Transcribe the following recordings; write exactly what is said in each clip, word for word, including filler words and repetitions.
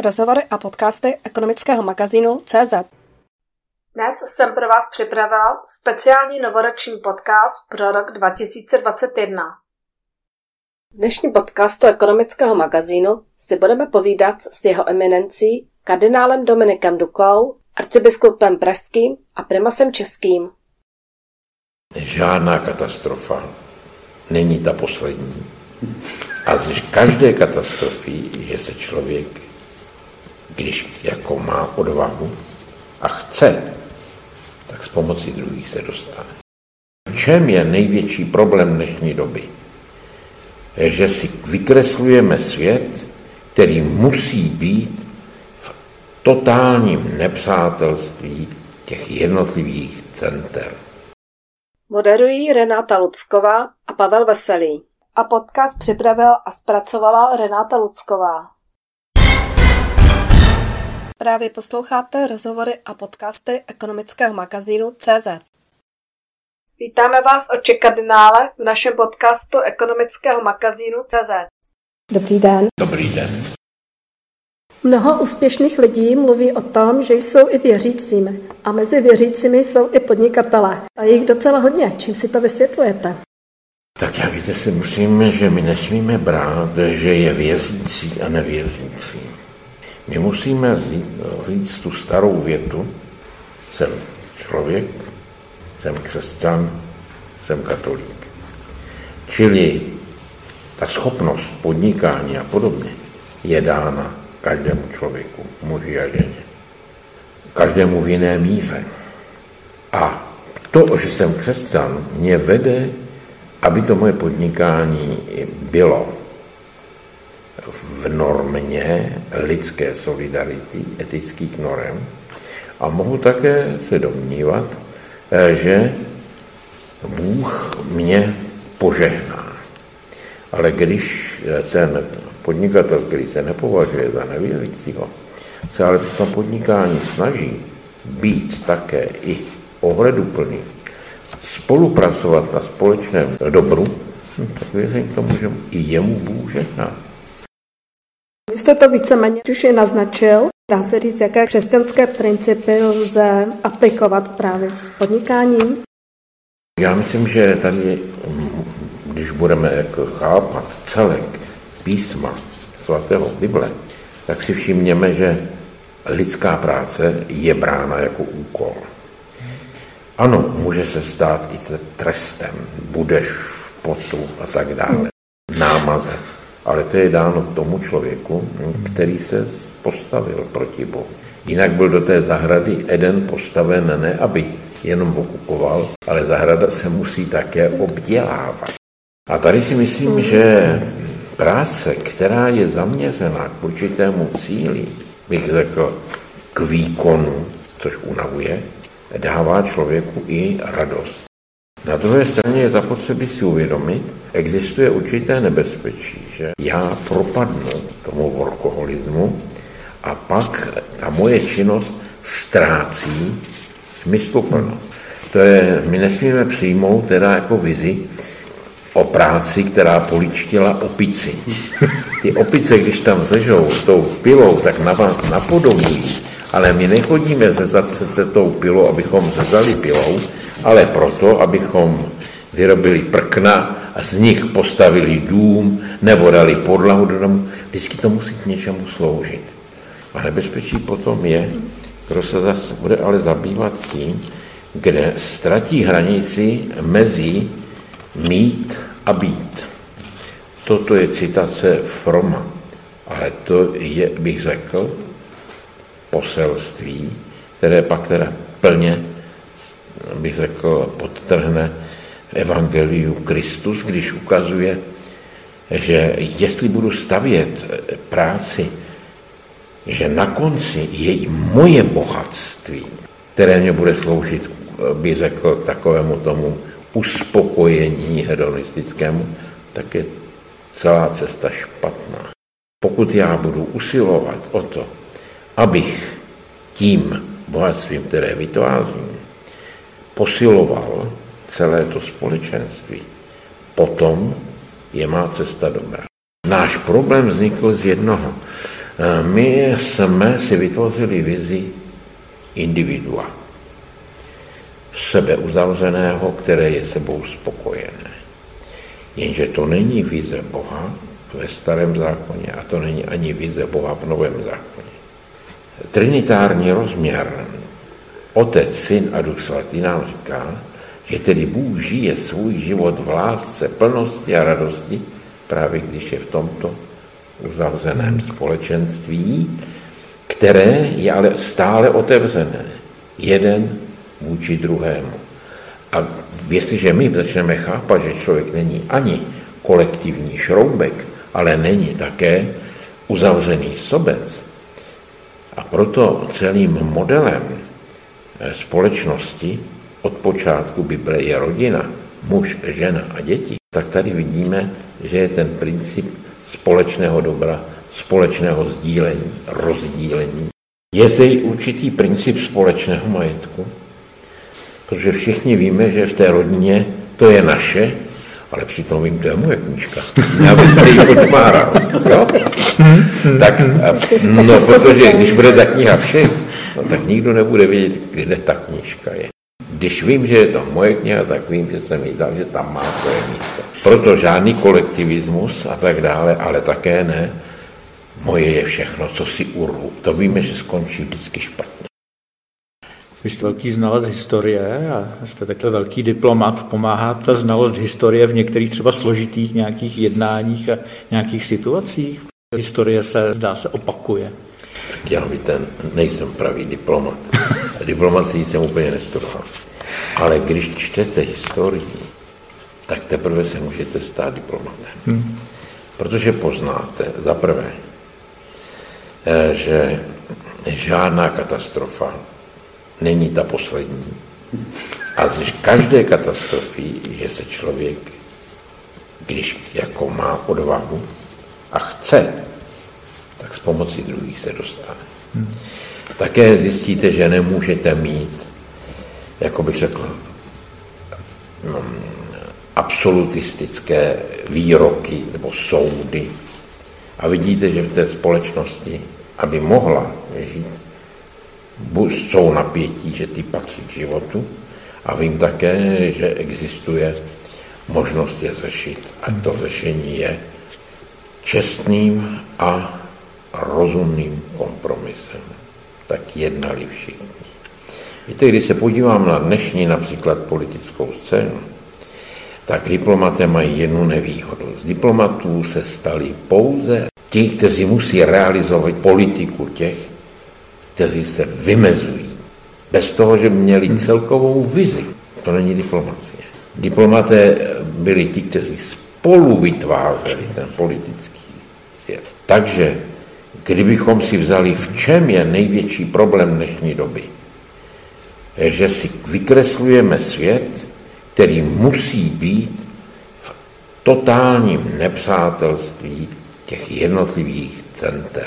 rozhovory a podcasty ekonomického magazínu C Z. Dnes jsem pro vás připravila speciální novoroční podcast pro rok dva tisíce dvacet jedna. V dnešním podcastu ekonomického magazínu si budeme povídat s jeho eminencí kardinálem Dominikem Dukou, arcibiskupem pražským a primasem českým. Žádná katastrofa není ta poslední. A z každé katastrofy, že se člověk, když jako má odvahu a chce, tak s pomocí druhých se dostane. V čem je největší problém dnešní doby? Je, že si vykreslujeme svět, který musí být v totálním nepřátelství těch jednotlivých center. Moderují Renáta Lucková a Pavel Veselý. A podcast připravil a zpracovala Renáta Lucková. Právě posloucháte rozhovory a podcasty ekonomického magazínu C Z. Vítáme vás, otče kardinále, v našem podcastu ekonomického magazínu C Z. Dobrý den. Dobrý den. Mnoho úspěšných lidí mluví o tom, že jsou i věřícími. A mezi věřícími jsou i podnikatelé. A je jich docela hodně. Čím si to vysvětlujete? Tak já víte si musíme, že my nesmíme brát, že je věřící a nevěřící. My musíme říct tu starou větu, jsem člověk, jsem křesťan, jsem katolík. Čili ta schopnost podnikání a podobně je dána každému člověku, muži a ženě. Každému v jiné míře. A to, že jsem křesťan, mě vede, aby to moje podnikání bylo v normě lidské solidarity, etických norem, a mohu také se domnívat, že Bůh mě požehná. Ale když ten podnikatel, který se nepovažuje za nevěřícího, se ale v tom podnikání snaží být také i ohleduplný, spolupracovat na společném dobru, tak věřím tomu, že i jemu Bůh žehná. Vy jste to víceméně už je naznačil. Dá se říct, jaké křesťanské principy lze aplikovat právě v podnikání? Já myslím, že tady, když budeme jako chápat celek písma svatého Bible, tak si všimněme, že lidská práce je brána jako úkol. Ano, může se stát i trestem, budeš v potu a tak dále, námaze. Ale to je dáno tomu člověku, který se postavil proti Bohu. Jinak byl do té zahrady Eden postaven ne, aby jenom okupoval, ale zahrada se musí také obdělávat. A tady si myslím, že práce, která je zaměřená k určitému cíli, bych řekl k výkonu, což unavuje, dává člověku i radost. Na druhé straně je zapotřebí si uvědomit, existuje určité nebezpečí, že já propadnu tomu workoholismu a pak ta moje činnost ztrácí smysluplnost. To je, my nesmíme přijmout teda jako vizi o práci, která poličtila opici. Ty opice, když tam zežou tou pilou, tak na vás napodobují, ale my nechodíme zezat přece tou pilou, abychom zezali pilou, ale proto, abychom vyrobili prkna a z nich postavili dům nebo dali podlahu do domu. Vždycky to musí k něčemu sloužit. A nebezpečí potom je, kdo se zase bude ale zabývat tím, kde ztratí hranici mezi mít a být. Toto je citace Froma, ale to je, bych řekl, poselství, které pak teda plně, bych řekl, podtrhne v Evangeliu Kristus, když ukazuje, že jestli budu stavět práci, že na konci je i moje bohatství, které mě bude sloužit, bych řekl, k takovému tomu uspokojení hedonistickému, tak je celá cesta špatná. Pokud já budu usilovat o to, abych tím bohatstvím, které vytvářím, posiloval celé to společenství, potom je má cesta dobrá. Náš problém vznikl z jednoho. My jsme si vytvořili vizi individua, sebeuzavřeného, které je sebou spokojené. Jenže to není vize Boha ve Starém zákoně a to není ani vize Boha v Novém zákoně. Trinitární rozměr Otec, Syn a Duch Svatý nám říká, že tedy Bůh žije svůj život v lásce, plnosti a radosti, právě když je v tomto uzavřeném společenství, které je ale stále otevřené, jeden vůči druhému. A jestliže my začneme chápat, že člověk není ani kolektivní šroubek, ale není také uzavřený sobec, a proto celým modelem společnosti od počátku Bible je rodina, muž, žena a děti, tak tady vidíme, že je ten princip společného dobra, společného sdílení, rozdílení. Je zde i určitý princip společného majetku, protože všichni víme, že v té rodině to je naše, ale přitom vím, to je moje knížka. Abyste ji podmáral, jo? Tak, no, protože když bude ta kniha všech, no, tak nikdo nebude vědět, kde ta knížka je. Když vím, že je to moje kniha, tak vím, že jsem jí dal, že tam má svoje místo. Proto žádný kolektivismus a tak dále, ale také ne. Moje je všechno, co si urvu. To víme, že skončí vždycky špatně. Vy jste velký znalec historie a jste takhle velký diplomat. Pomáhá ta znalost historie v některých třeba složitých nějakých jednáních a nějakých situacích? Historie se, zdá se, opakuje. Já víte, nejsem pravý diplomat. Diplomacii jsem úplně nestudoval. Ale když čtete historii, tak teprve se můžete stát diplomatem. Hmm. Protože poznáte, za prvé, že žádná katastrofa není ta poslední. A z každé katastrofy, že se člověk, když jako má odvahu a chce, tak s pomocí druhých se dostane. Hmm. Také zjistíte, že nemůžete mít, jako bych řekl, no, absolutistické výroky nebo soudy. A vidíte, že v té společnosti, aby mohla žít, jsou napětí, že ty patří k životu. A vím také, že existuje možnost je řešit. A to řešení je čestným a rozumným kompromisem. Tak jednali všichni. Víte, když se podívám na dnešní například politickou scénu, tak diplomaté mají jednu nevýhodu. Z diplomatů se stali pouze ti, kteří musí realizovat politiku těch, kteří se vymezují. Bez toho, že by měli celkovou vizi. To není diplomacie. Diplomaté byli ti, kteří spolu vytvářeli ten politický svět. Takže kdybychom si vzali, v čem je největší problém dnešní doby, že si vykreslujeme svět, který musí být v totálním nepřátelství těch jednotlivých center.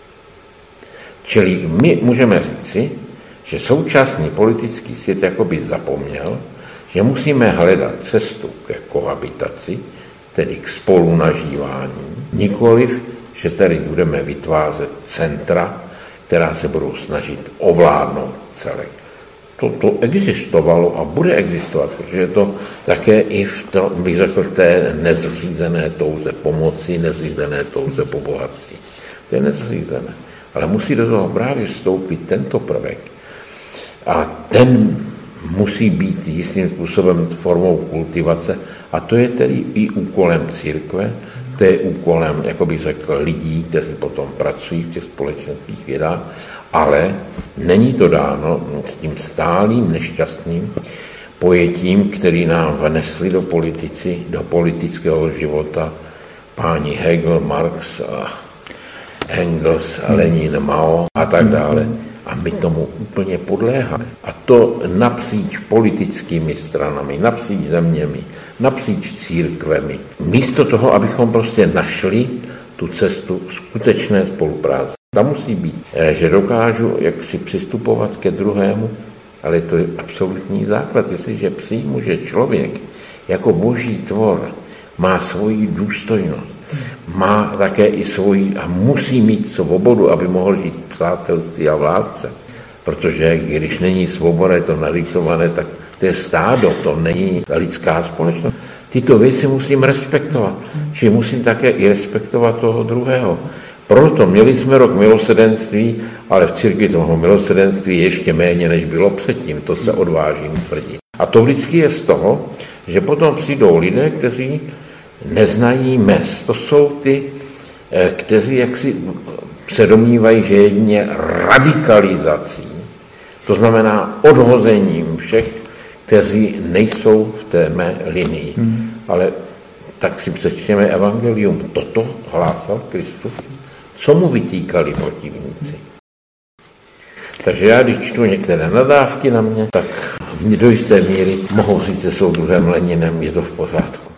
Čili my můžeme říci, že současný politický svět jakoby zapomněl, že musíme hledat cestu ke kohabitaci, tedy k spolunažívání, nikoliv, že tady budeme vytvářet centra, která se budou snažit ovládnout celek. To, to existovalo a bude existovat, protože je to také i v to, bych řekl, té nezřízené touze pomoci, nezřízené touze po bohatství. To je nezřízené. Ale musí do toho právě vstoupit tento prvek. A ten musí být jistým způsobem formou kultivace. A to je tedy i úkolem církve, to je úkolem, jako bych řekl, lidí, kteří potom pracují v těch společenských vědách, ale není to dáno s tím stálým nešťastným pojetím, který nám vnesli do politici, do politického života páni Hegel, Marx, Engels, Lenin, Mao a tak dále. A my tomu úplně podléháme. A to napříč politickými stranami, napříč zeměmi, napříč církvemi. Místo toho, abychom prostě našli tu cestu skutečné spolupráce. Ta musí být, že dokážu jak si přistupovat ke druhému, ale to je absolutní základ. Jestliže přijmu, že člověk jako boží tvor má svoji důstojnost, má také i svoji a musí mít svobodu, aby mohl žít v přátelství a v lásce. Protože když není svoboda, je to nadiktované, tak to je stádo, to není lidská společnost. Tyto věci musím respektovat. Či musím také i respektovat toho druhého. Proto měli jsme rok milosrdenství, ale v církvi toho milosrdenství ještě méně, než bylo předtím. To se odvážím tvrdit. A to vždycky je z toho, že potom přijdou lidé, kteří neznají mez. To jsou ty, kteří jaksi se domnívají, že jedině radikalizací, to znamená odhozením všech, kteří nejsou v té mé linii. Hmm. Ale tak si přečtěme evangelium. Toto hlásal Kristus. Co mu vytýkali protivníci? Takže já, když čtu některé nadávky na mě, tak do jisté míry mohou říct, že jsou druhým Leninem, je to v pořádku.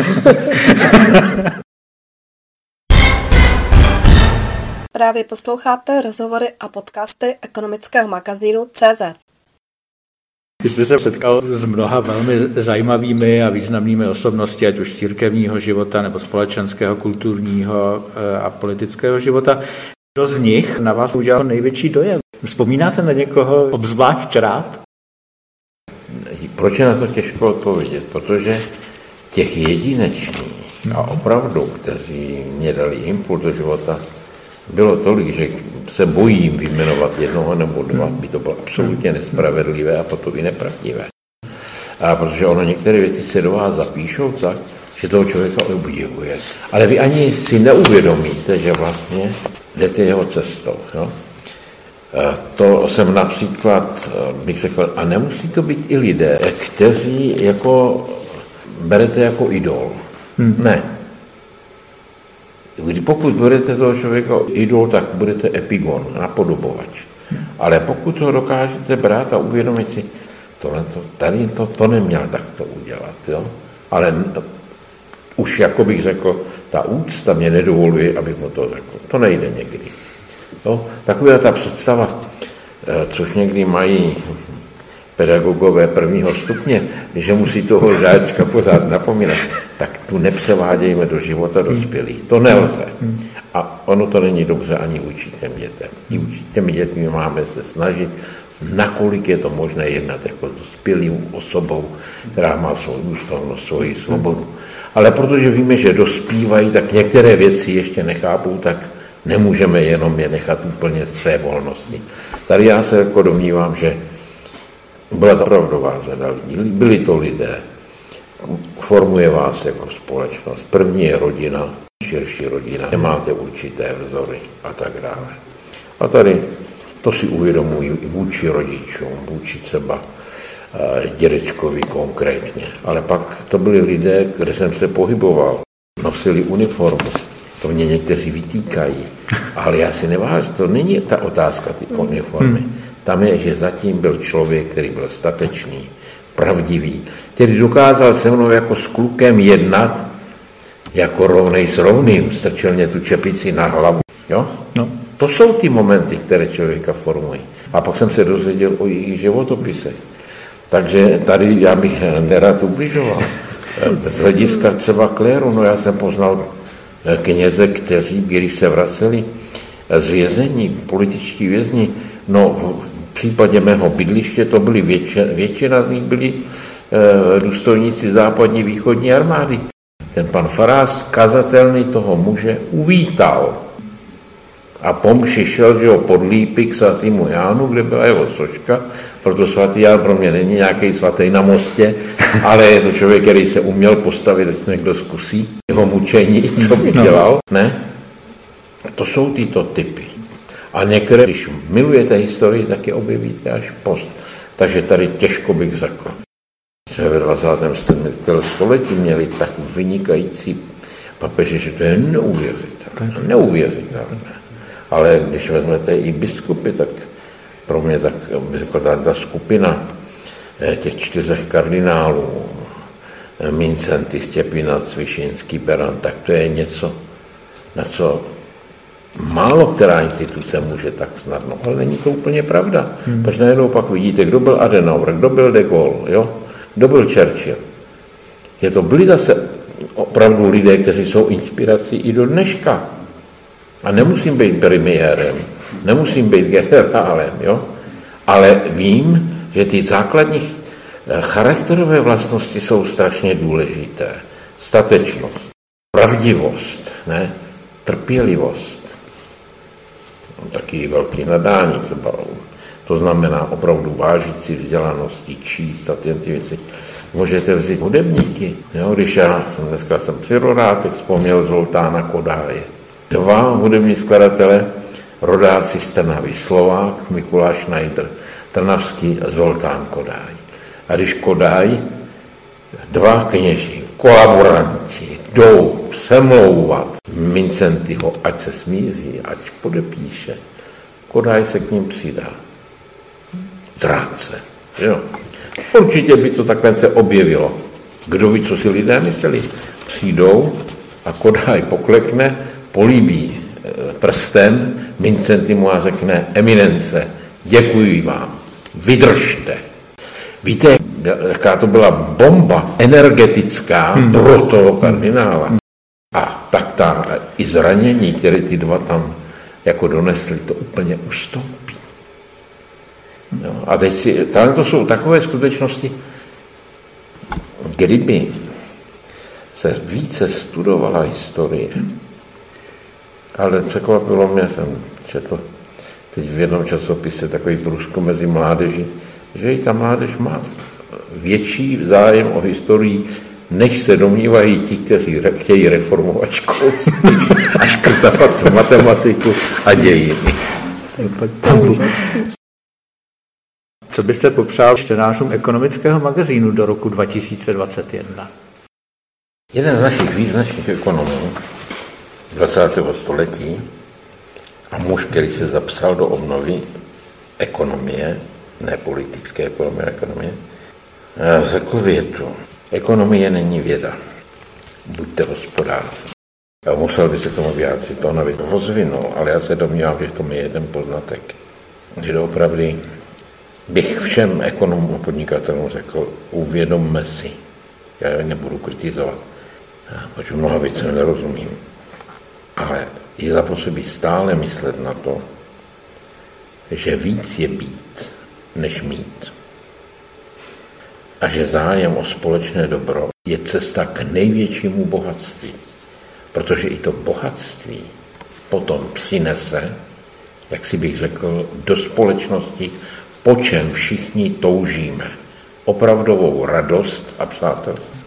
Právě posloucháte rozhovory a podcasty ekonomického magazínu C Z. Vy jste se setkal s mnoha velmi zajímavými a významnými osobnostmi, ať už církevního života, nebo společenského, kulturního a politického života. Kdo z nich na vás udělal největší dojem? Vzpomínáte na někoho obzvlášť rád? Proč je na to těžko odpovědět? Protože těch jedinečných a opravdu, kteří mě dali impuls do života, bylo tolik, že se bojím vyjmenovat jednoho nebo dva, by to bylo absolutně nespravedlivé a potom i nepravdivé. A protože ono některé věci se do vás zapíšou tak, že toho člověka obdivuje. Ale vy ani si neuvědomíte, že vlastně jdete jeho cestou. Jo? To jsem například, bych řekl, a nemusí to být i lidé, kteří jako berete jako idol. Hmm. Ne. Pokud budete toho člověka idol, tak budete epigon, napodobovač. Ale pokud ho dokážete brát a uvědomit si, tohle to, tady to, to neměl takto udělat. Jo? Ale už, jako bych řekl, ta úcta mě nedovoluje, abych mu to řekl. To nejde někdy. Jo? Taková ta představa, což někdy mají pedagogové prvního stupně, že musí toho žáčka pořád napomínat, tak tu nepřevádějme do života dospělých. To nelze. A ono to není dobře ani vůči těm dětem. I vůči těm dětmi máme se snažit, nakolik je to možné jednat jako dospělou osobou, která má svou důstojnost, svoji svobodu. Ale protože víme, že dospívají, tak některé věci ještě nechápou, tak nemůžeme jenom je nechat úplně své volnosti. Tady já se jako domnívám, že byla to opravdová řada lidí. Byli to lidé. Formuje vás jako společnost. První je rodina, širší rodina. Nemáte určité vzory a tak dále. A tady to si uvědomují i vůči rodičům, vůči třeba dědečkovi konkrétně. Ale pak to byli lidé, kde jsem se pohyboval. Nosili uniformu. To mě někteří vytýkají. Ale já si nevážím, to není ta otázka, ty uniformy. Tam je, že zatím byl člověk, který byl statečný, pravdivý, který dokázal se mnou jako s klukem jednat, jako rovnej s rovným, strčil mě tu čepici na hlavu. Jo? No. To jsou ty momenty, které člověka formují. A pak jsem se dozvěděl o jejich životopisech. Takže tady já bych nerad ubližoval. Z hlediska třeba kléru, no já jsem poznal kněze, kteří, když se vraceli z vězení, političtí vězni, no v případě mého bydliště to byly většina, většina z nich byli e, důstojníci západní východní armády. Ten pan farář kazatelný toho muže uvítal. A po mši šel, že ho pod lípy k svatému Jánu, kde byla jeho soška, proto svatý Ján pro mě není nějaký svatý na mostě, ale je to člověk, který se uměl postavit, když někdo zkusí jeho mučení, co by dělal. Ne? To jsou tyto typy. A některé, když milujete historii, tak je objevíte až post. Takže tady těžko bych řekl. Že ve dvacátém století měli tak vynikající papeže, že to je neuvěřitelné. Neuvěřitelné. Ale když vezmete i biskupy, tak pro mě tak řekl, ta, ta skupina těch čtyřech kardinálů, Mincenty, Stěpinac, Višinský, Beran, tak to je něco, na co málo která instituce může tak snadno, ale není to úplně pravda. Hmm. Protože najednou pak vidíte, kdo byl Adenauer, kdo byl de Gaulle, jo? Kdo byl Churchill. Je to byli zase opravdu lidé, kteří jsou inspirací i do dneška. A nemusím být premiérem, nemusím být generálem, jo? Ale vím, že ty základní charakterové vlastnosti jsou strašně důležité. Statečnost, pravdivost, ne? Trpělivost. Taky velký nadání třeba. To znamená opravdu vážit si vzdělanosti, číst a ty věci. Můžete vzít hudebníky. Jo? Když já dneska jsem při rodátech vzpomněl Zoltána Kodáje. Dva hudební skladatele, rodáci z Trnavy, Slovák, Mikuláš Najdr, Trnavský a Zoltán Kodáj. A když Kodáj, dva kněži, kolaboranti, jdou přemlouvat Mincentyho, ať se smíří, ať podepíše, Kodáj se k ním přidá. Zrádce. Jo. Určitě by to takhle se objevilo. Kdo ví, co si lidé mysleli? Přijdou a Kodáj poklekne, políbí prstem Mincentymu a řekne: eminence, děkuji vám, vydržte. Víte, jaká to byla bomba energetická hmm. pro toho kardinála. A tak ta i zranění, které ty dva tam jako donesli, to úplně ustoupí. No, a teď si, to jsou takové skutečnosti, kdyby se více studovala historie, ale překvapilo mě, jsem četl teď v jednom časopise takový průzkum mezi mládeží, že i ta mládež má větší zájem o historii, než se domnívají ti, kteří chtějí reformovat školství a škrtat matematiku a dějiny. Co byste popřál čtenářům ekonomického magazínu do roku dva tisíce dvacet jedna? Jeden z našich význačných ekonomů dvacátého století a muž, který se zapsal do obnovy ekonomie, ne politické ekonomie, ekonomie, řekl větu: ekonomie není věda, buďte hospodáři. A musel by se k tomu vyjádřit, to ona by to rozvinul, ale já se domnívám, že to je jeden poznatek. Že doopravdy bych všem ekonomům a podnikatelům řekl: uvědomme si, já je nebudu kritizovat, protože mnoha věcem nerozumím, ale je zapotřebí stále myslet na to, že víc je být, než mít. A že zájem o společné dobro je cesta k největšímu bohatství. Protože i to bohatství potom přinese, jak si bych řekl, do společnosti, po čem všichni toužíme. Opravdovou radost a přátelství.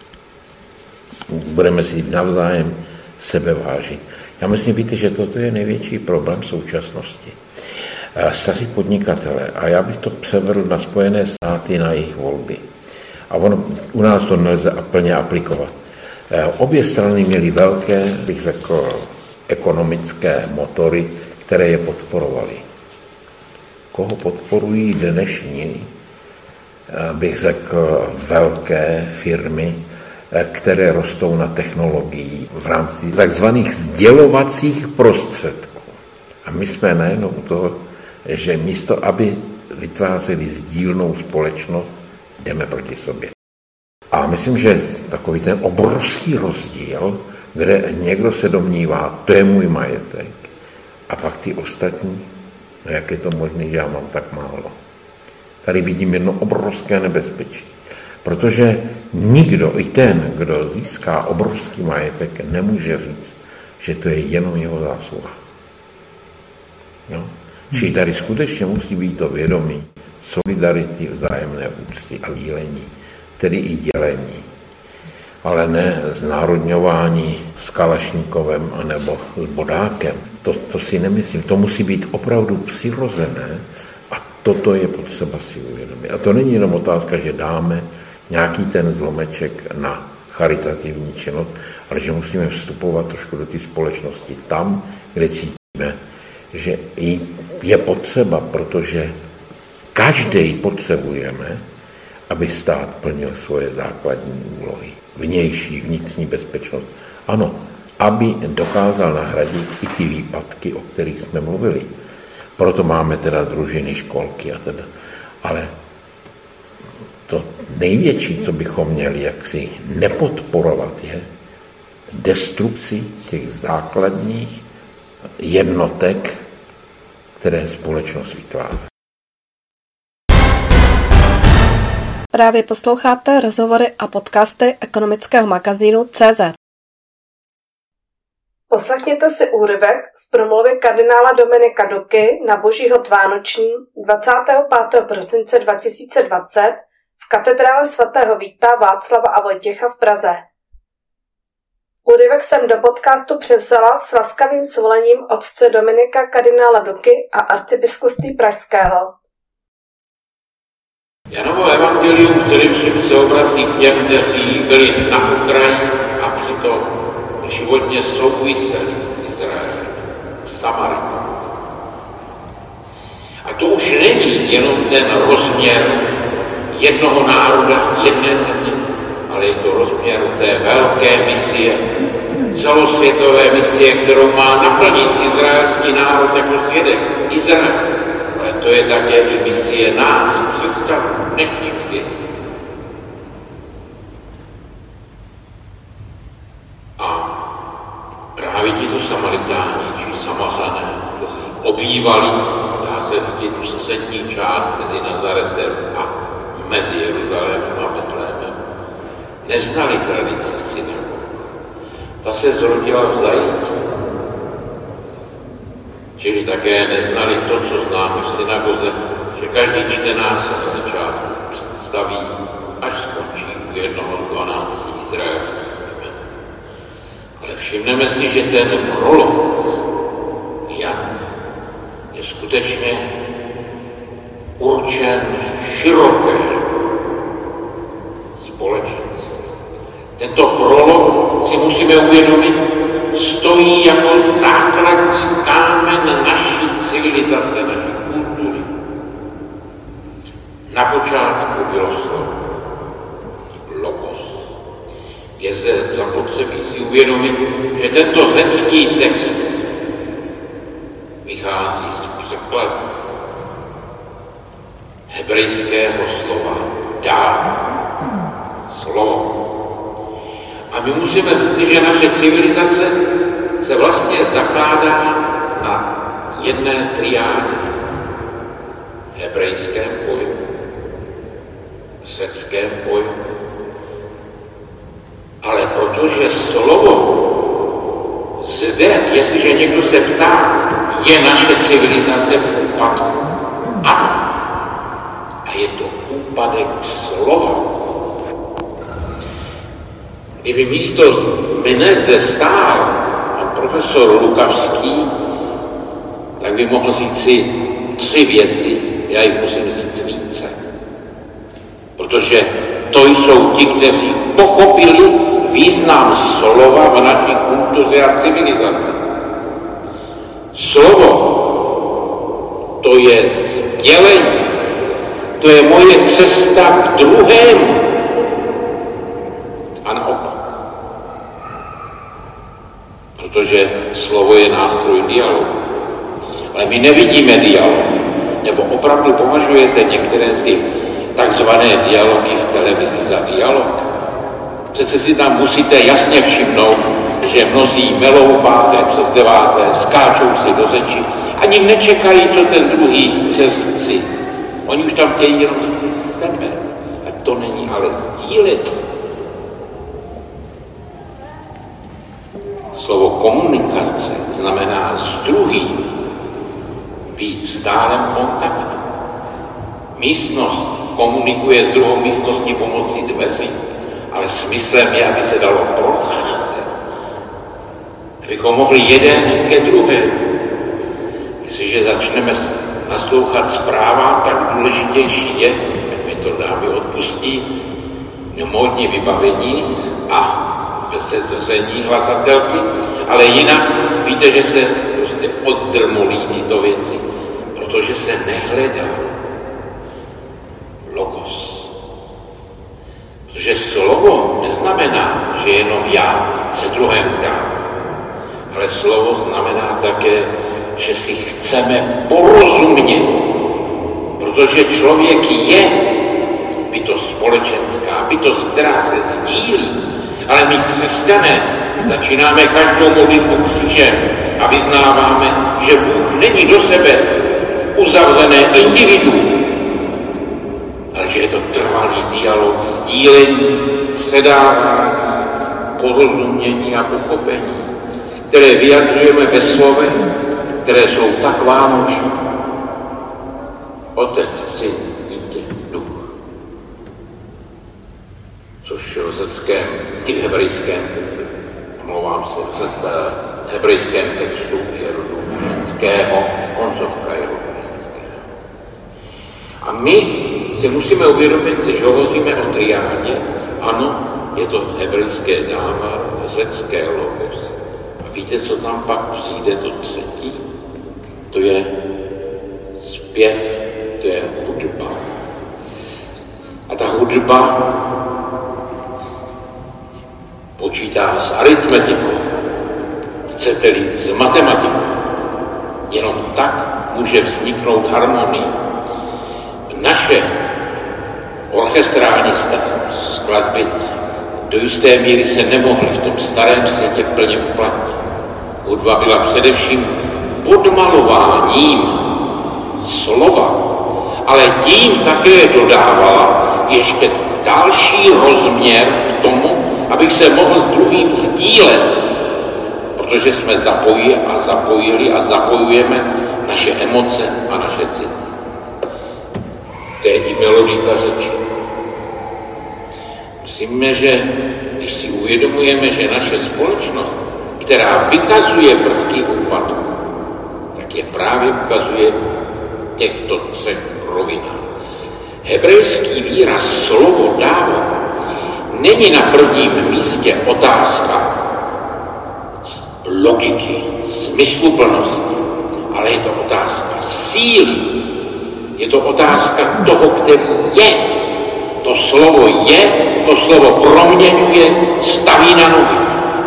Budeme si navzájem sebe vážit. Já myslím, víte, že toto je největší problém současnosti. Staří podnikatele, a já bych to převedl na Spojené státy, na jejich volby. A on, u nás to nelze plně aplikovat. Obě strany měly velké, bych řekl, ekonomické motory, které je podporovaly. Koho podporují dnešní, bych řekl, velké firmy, které rostou na technologii v rámci takzvaných sdělovacích prostředků. A my jsme nejenom u toho, že místo, aby vytvářeli sdílnou společnost, jdeme proti sobě. A myslím, že takový ten obrovský rozdíl, kde někdo se domnívá, to je můj majetek, a pak ty ostatní, no jak je to možné, že já mám tak málo. Tady vidím jedno obrovské nebezpečí, protože nikdo, i ten, kdo získá obrovský majetek, nemůže říct, že to je jenom jeho zásluha. No? Čili tady skutečně musí být to vědomí solidarity, vzájemné úcty a dílení, tedy i dělení. Ale ne znárodňování s Kalašníkovem anebo s Bodákem. To, to si nemyslím. To musí být opravdu přirozené a toto je potřeba si uvědomit. A to není jenom otázka, že dáme nějaký ten zlomeček na charitativní činnost, ale že musíme vstupovat trošku do té společnosti tam, kde cítíme, že je potřeba, protože každý potřebujeme, aby stát plnil svoje základní úlohy. Vnější, vnitřní bezpečnost. Ano, aby dokázal nahradit i ty výpadky, o kterých jsme mluvili. Proto máme teda družiny, školky a teda. Ale to největší, co bychom měli jaksi nepodporovat, je, destrukci těch základních jednotek, které společnost vytváří. Právě posloucháte rozhovory a podcasty ekonomického magazínu C Z. Poslechněte si úryvek z promluvy kardinála Dominika Duky na Božíhod vánoční dvacátého pátého prosince dva tisíce dvacet v katedrále svatého Víta, Václava a Vojtěcha v Praze. Úryvek jsem do podcastu převzala s laskavým svolením otce Dominika kardinála Duky a arcibiskupství pražského. Janovo evangelium především se obrací k těm, kteří byli na Ukrajině a přitom životně souviseli s Izraelem, k Samaritům. A to už není jenom ten rozměr jednoho národa, jedné země, ale je to rozměr té velké misie, celosvětové misie, kterou má naplnit izraelský národ jako svědek Izrael. Ale to je také i misie nás, křesťanů v dnešním světě. A právě tito Samaritáni, či Samařané, kteří obývali, dá se říct, tu střední část mezi Nazaretem a mezi Jeruzalémem a Betlémem, neznali tradici synagog. Ta se zrodila v zajetí. Čili také neznali to, co známe v synagoze, že každý čtenář se na začátku představí, až skončí u jednoho z dvanácti izraelských kmenů. Ale všimneme si, že ten prolog Janův je skutečně určen široké společenství. Tento prolog si musíme uvědomit, stojí jako základní kámen naší civilizace, naší kultury. Na počátku bylo slovo logos. Je zde zapotřebí si uvědomit, že tento řecký text vychází z překladu hebrejského slova dá, slovo. A my musíme říct, že naše civilizace se vlastně zakládá na jedné triádě. Hebrejském pojmu, řeckém pojmu. Ale protože slovo zde, jestliže někdo se ptá, je naše civilizace v úpadku? Ano. A je to úpadek slova. Kdyby místo mne zde stál pan profesor Lukavský, tak by mohl říct si tři věty, já jich musím říct více. Protože to jsou ti, kteří pochopili význam slova v naší kultuře a civilizaci. Slovo, to je sdělení, to je moje cesta k druhému. A naopak. Protože slovo je nástroj dialogu. Ale my nevidíme dialog. Nebo opravdu považujete některé ty takzvané dialogy v televizi za dialog? Přece si tam musíte jasně všimnout, že mnozí melou páté přes deváté, skáčou si do řeči, ani nečekají, co ten druhý chce říci. Oni už tam chtějí jenom říci sebe. A to není ale sdílet. Slovo komunikace znamená s druhým být v stálem kontaktu. Místnost komunikuje s druhou místností pomocí dveří, ale smyslem je, aby se dalo procházet. Abychom mohli jeden ke druhému. Jestliže začneme naslouchat zprávám, tak důležitější je, ať mi to dámy odpustí, módní vybavení a se zření hlasatelky, ale jinak víte, že se prostě oddrmolí tyto věci, protože se nehledá logos. Protože slovo neznamená, že jenom já se druhému dám, ale slovo znamená také, že si chceme porozumět, protože člověk je bytost společenská, bytost, která se sdílí. Ale my křesťané začínáme každou modlitbu křížem a vyznáváme, že Bůh není do sebe uzavřené individuum, ale že je to trvalý dialog, sdílení, předávání, porozumění a pochopení, které vyjadřujeme ve slovech, které jsou tak vánoční. Otec, Syn, Dítě, Duch. Což v řeckém i v hebrejském, omlouvám se, v hebrejském textu je rodu ženského, koncovka je rodu ženského. A my si musíme uvědomit, že hovoříme o triádě, ano, je to hebrejské dáma, řecké logos. A víte, co tam pak přijde, to třetí? To je zpěv, to je hudba. A ta hudba počítá s aritmetikou, chcete-li s matematikou. Jenom tak může vzniknout harmonie. Naše orchestrální skladby do jisté míry se nemohly v tom starém světě plně uplatnit. Hudba byla především podmalováním slova, ale tím také dodávala ještě další rozměr k tomu, abych se mohl s druhým sdílet, protože jsme zapojili a zapojili a zapojujeme naše emoce a naše city. To je i melodika řeči. Myslíme, že když si uvědomujeme, že naše společnost, která vykazuje prvky úpadku, tak je právě ukazuje těchto třech rovinách. Hebrejský výraz slovo dávo není na prvním místě otázka logiky, smysluplnosti, ale je to otázka síly. Je to otázka toho, který je. To slovo je, to slovo proměňuje, staví na nohy.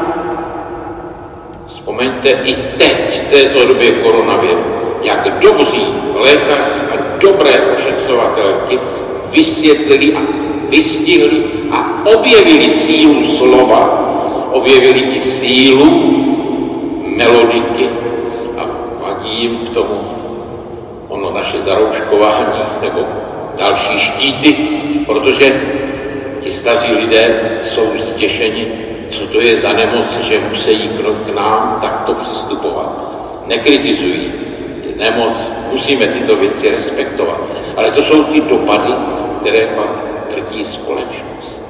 Vzpomeňte i teď, v této době koronaviru, jak dobří lékaři a dobré ošetřovatelky vysvětlili a vystihli a objevili sílu slova, objevili i sílu melodiky a vadí jim k tomu ono naše zarouškování nebo další štíty, protože ti staří lidé jsou zděšeni, co to je za nemoc, že musí k nám takto přistupovat. Nekritizují nemoc, musíme tyto věci respektovat. Ale to jsou ty dopady, které pak trpí společnost.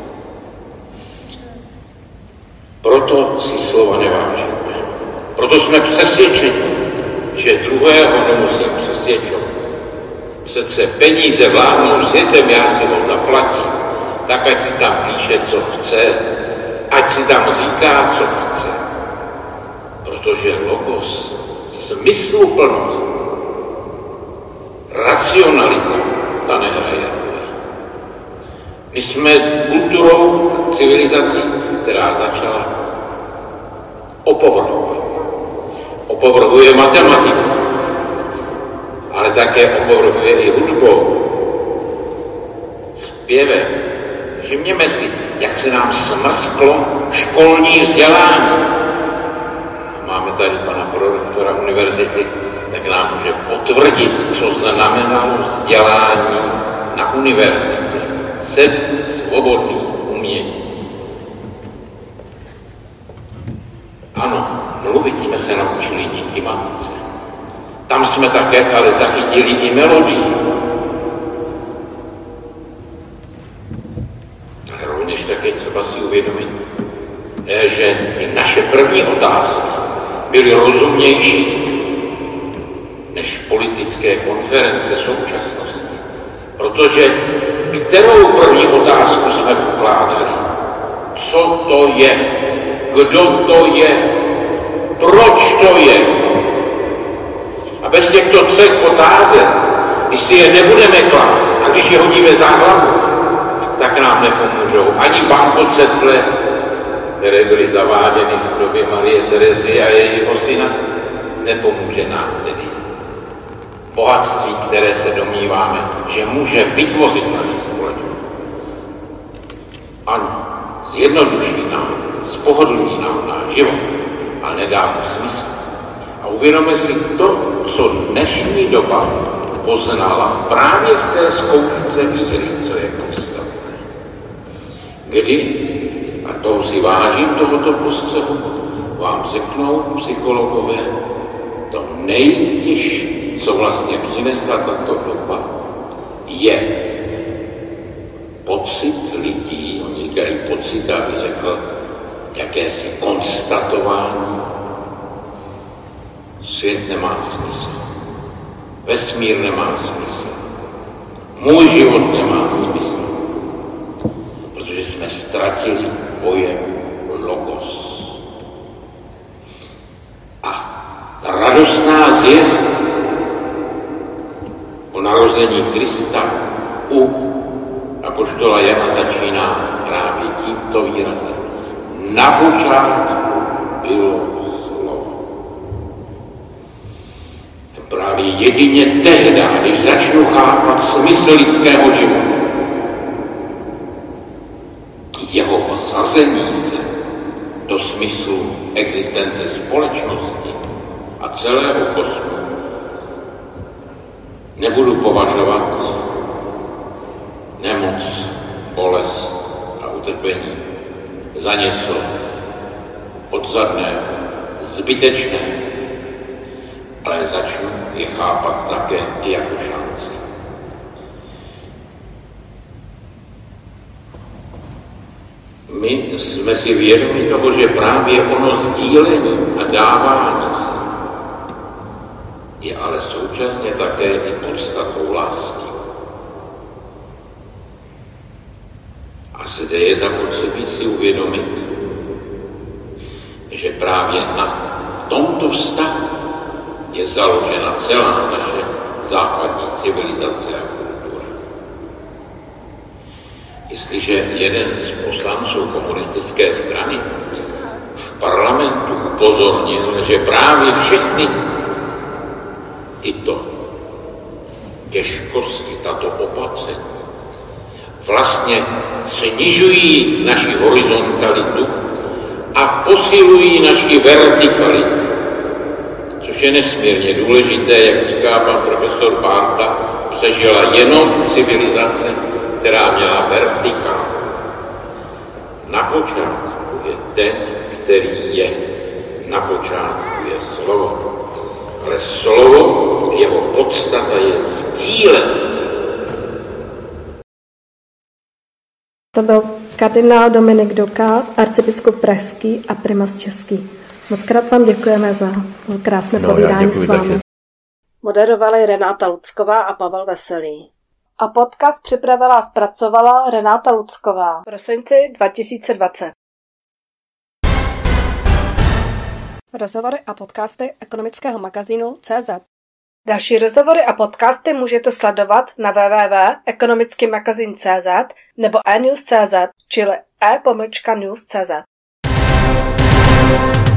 Proto si slova nevážíme. Proto jsme přesvědčeni, že druhého nemusím přesvědčovat. Přece peníze vládnou světem, já si ho zaplatím, tak ať si tam píše, co chce, ať si tam říká, co chce. Protože logos, smysluplnost, racionalita, ta nehraje roli. My jsme kulturou, civilizací, která začala opovrhovat. Opovrhuje matematiku, ale také opovrhuje i hudbou, zpěvem. Všimněme si, jak se nám smrsklo školní vzdělání. Máme tady pana prorektora univerzity, tak nám může potvrdit, co znamenalo vzdělání na univerzitě. Sedm svobodných umění. Ano, mluvit jsme se naučili díky matce. Tam jsme také ale zachytili i melodii. Ale rovněž také třeba si uvědomit, že i naše první otázky byly rozumnější než politické konference současnosti. Protože kterou první otázku jsme pokládali? Co to je? Kdo to je? Proč to je? A bez těchto třech otázek, když si je nebudeme klást a když je hodíme za hlavu, tak nám nepomůžou ani bankocetle, které byly zaváděny v době Marie Terezy a jejího syna, nepomůže nám tedy bohatství, které se domníváme, že může vytvořit naši společnost. Ano, zjednoduší nám, spohodlní nám náš život, ale nedá mu smysl. A uvědomme si to, co dnešní doba poznala právě v té zkoušce víry, co je podstatné. Kdy, a toho si vážím, tohoto postřehu, vám řeknou psychologové, to nejtěžší, co vlastně přinesla tato doba, je pocit lidí, oni říkají pocit, aby řekl, jakési konstatování. Svět nemá smysl. Vesmír nemá smysl. Můj život nemá smysl. Protože jsme ztratili pojem logos. A ta radostná zvěst o narození Krista u apoštola Jana začíná právě tímto výrazem. Na počátku bylo slovo. Právě jedině tehdy, když začnu chápat smysl lidského života, jeho vsazení se do smyslu existence společnosti a celého kosmu, nebudu považovat nemoc, bolest a utrpení za něco podzadného, zbytečného, ale začnu je chápat také i jako šanci. My jsme si vědomi toho, že právě ono sdílení a dávání se je ale současně také i podstatou lásky. A zde je zapotřebí si uvědomit, že právě na tomto vztahu je založena celá naše západní civilizace a kultura. Jestliže jeden z poslanců komunistické strany v parlamentu upozornil, že právě všechny tyto těžkosti, tato opatření vlastně snižují naši horizontalitu a posilují naši vertikalitu, což je nesmírně důležité, jak říká pan profesor Bárta, přežila jenom civilizace, která měla vertikál. Na počátku je ten, který je. Na počátku je slovo. Ale slovo, jeho podstata je sdílet. To byl kardinál Dominik Duka, arcibiskup pražský a primas český. Mockrát vám děkujeme za krásné no, povídání s vámi. Taky. Moderovali Renáta Lucková a Pavel Veselý. A podcast připravila a zpracovala Renáta Lucková v prosinci dva tisíce dvacet. Rozhovory a podcasty ekonomického magazínu C Z. Další rozhovory a podcasty můžete sledovat na w w w tečka ekonomický magazín tečka c z nebo e news tečka c z, čili e pomlčka news tečka c z.